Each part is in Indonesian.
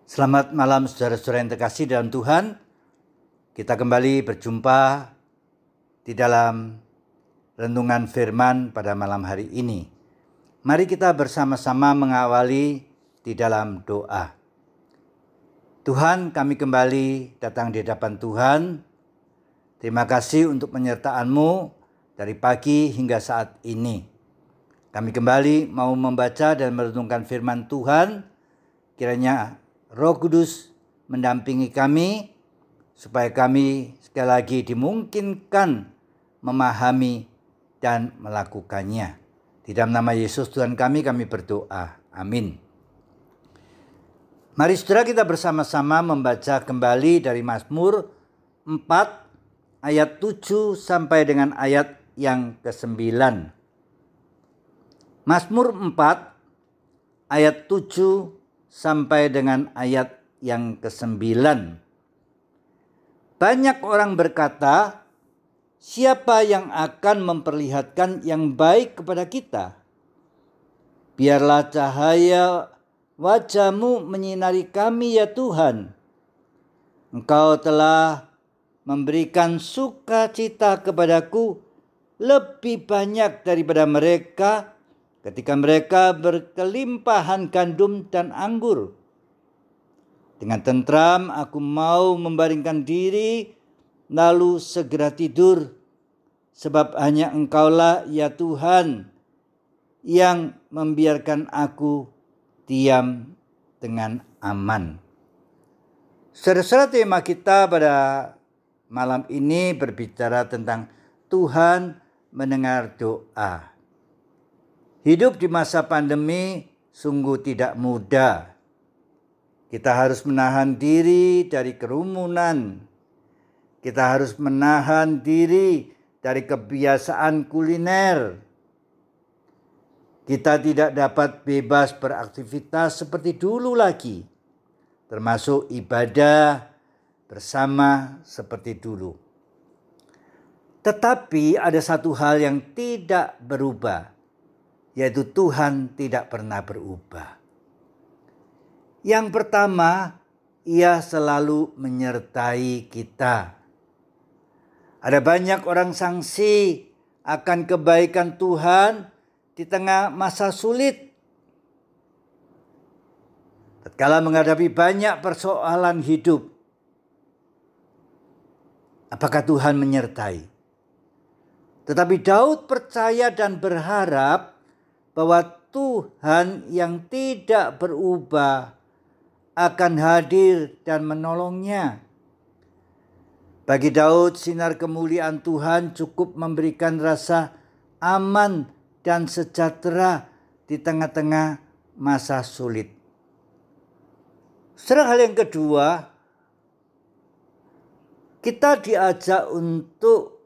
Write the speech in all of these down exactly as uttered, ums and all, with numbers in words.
Selamat malam saudara-saudara yang terkasih dalam Tuhan. Kita kembali berjumpa di dalam renungan firman pada malam hari ini. Mari kita bersama-sama mengawali di dalam doa. Tuhan, kami kembali datang di hadapan Tuhan. Terima kasih untuk penyertaan-Mu dari pagi hingga saat ini. Kami kembali mau membaca dan merenungkan firman Tuhan. Kiranya Roh Kudus mendampingi kami supaya kami sekali lagi dimungkinkan memahami dan melakukannya. Di dalam nama Yesus Tuhan kami, kami berdoa. Amin. Mari saudara kita bersama-sama membaca kembali dari Mazmur empat ayat tujuh sampai dengan ayat yang kesembilan. Mazmur empat ayat tujuh sampai dengan ayat yang kesembilan. Banyak orang berkata, siapa yang akan memperlihatkan yang baik kepada kita? Biarlah cahaya wajah-Mu menyinari kami ya Tuhan. Engkau telah memberikan sukacita kepadaku lebih banyak daripada mereka ketika mereka berkelimpahan gandum dan anggur. Dengan tentram aku mau membaringkan diri, lalu segera tidur. Sebab hanya Engkaulah ya Tuhan yang membiarkan aku diam dengan aman. Saudara-saudara, tema kita pada malam ini berbicara tentang Tuhan mendengar doa. Hidup di masa pandemi sungguh tidak mudah. Kita harus menahan diri dari kerumunan. Kita harus menahan diri dari kebiasaan kuliner. Kita tidak dapat bebas beraktivitas seperti dulu lagi, termasuk ibadah bersama seperti dulu. Tetapi ada satu hal yang tidak berubah, yaitu Tuhan tidak pernah berubah. Yang pertama, Ia selalu menyertai kita. Ada banyak orang sangsi akan kebaikan Tuhan di tengah masa sulit. Tatkala menghadapi banyak persoalan hidup, apakah Tuhan menyertai? Tetapi Daud percaya dan berharap bahwa Tuhan yang tidak berubah akan hadir dan menolongnya. Bagi Daud, sinar kemuliaan Tuhan cukup memberikan rasa aman dan sejahtera di tengah-tengah masa sulit. Saudara, hal yang kedua, kita diajak untuk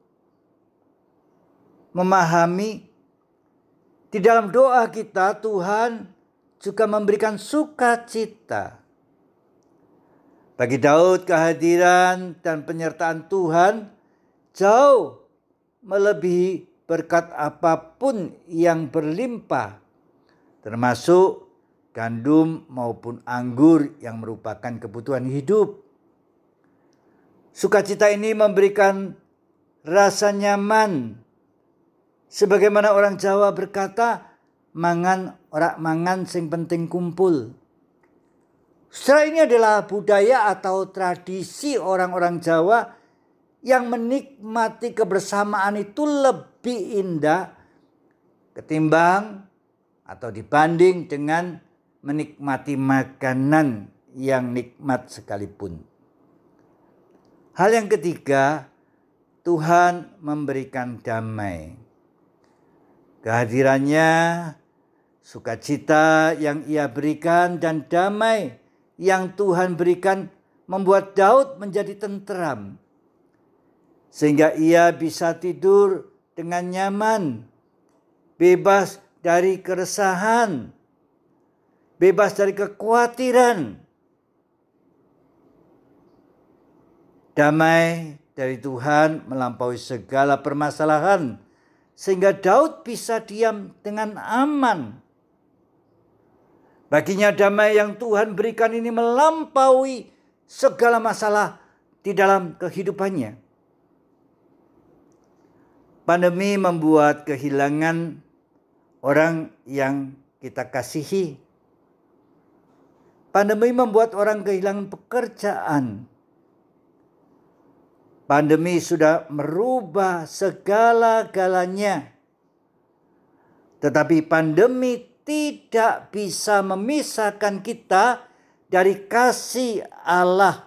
memahami di dalam doa kita, Tuhan juga memberikan sukacita. Bagi Daud, kehadiran dan penyertaan Tuhan jauh melebihi berkat apapun yang berlimpah, termasuk gandum maupun anggur yang merupakan kebutuhan hidup. Sukacita ini memberikan rasa nyaman. Sebagaimana orang Jawa berkata, mangan ora mangan sing penting kumpul. Setelah ini adalah budaya atau tradisi orang-orang Jawa yang menikmati kebersamaan itu lebih indah ketimbang atau dibanding dengan menikmati makanan yang nikmat sekalipun. Hal yang ketiga, Tuhan memberikan damai. Kehadirannya, sukacita yang Ia berikan dan damai yang Tuhan berikan membuat Daud menjadi tenteram. Sehingga ia bisa tidur dengan nyaman, bebas dari keresahan, bebas dari kekhawatiran. Damai dari Tuhan melampaui segala permasalahan, sehingga Daud bisa diam dengan aman. Baginya damai yang Tuhan berikan ini melampaui segala masalah di dalam kehidupannya. Pandemi membuat kehilangan orang yang kita kasihi. Pandemi membuat orang kehilangan pekerjaan. Pandemi sudah merubah segala-galanya. Tetapi pandemi tidak bisa memisahkan kita dari kasih Allah.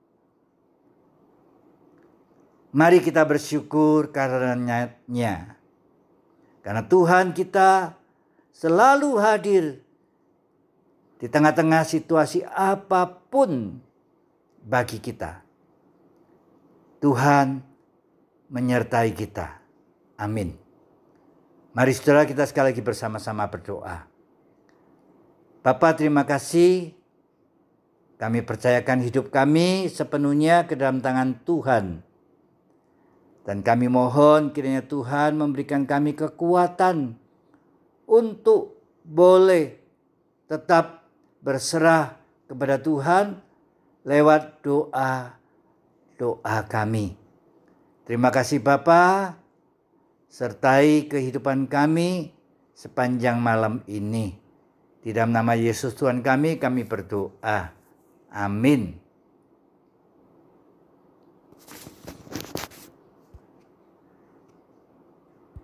Mari kita bersyukur karenanya. Karena Tuhan kita selalu hadir di tengah-tengah situasi apapun bagi kita. Tuhan menyertai kita. Amin. Mari saudara kita sekali lagi bersama-sama berdoa. Bapa, terima kasih. Kami percayakan hidup kami sepenuhnya ke dalam tangan Tuhan. Dan kami mohon kiranya Tuhan memberikan kami kekuatan untuk boleh tetap berserah kepada Tuhan lewat doa-doa kami. Terima kasih Bapa, sertai kehidupan kami sepanjang malam ini. Di dalam nama Yesus Tuhan kami, kami berdoa. Amin.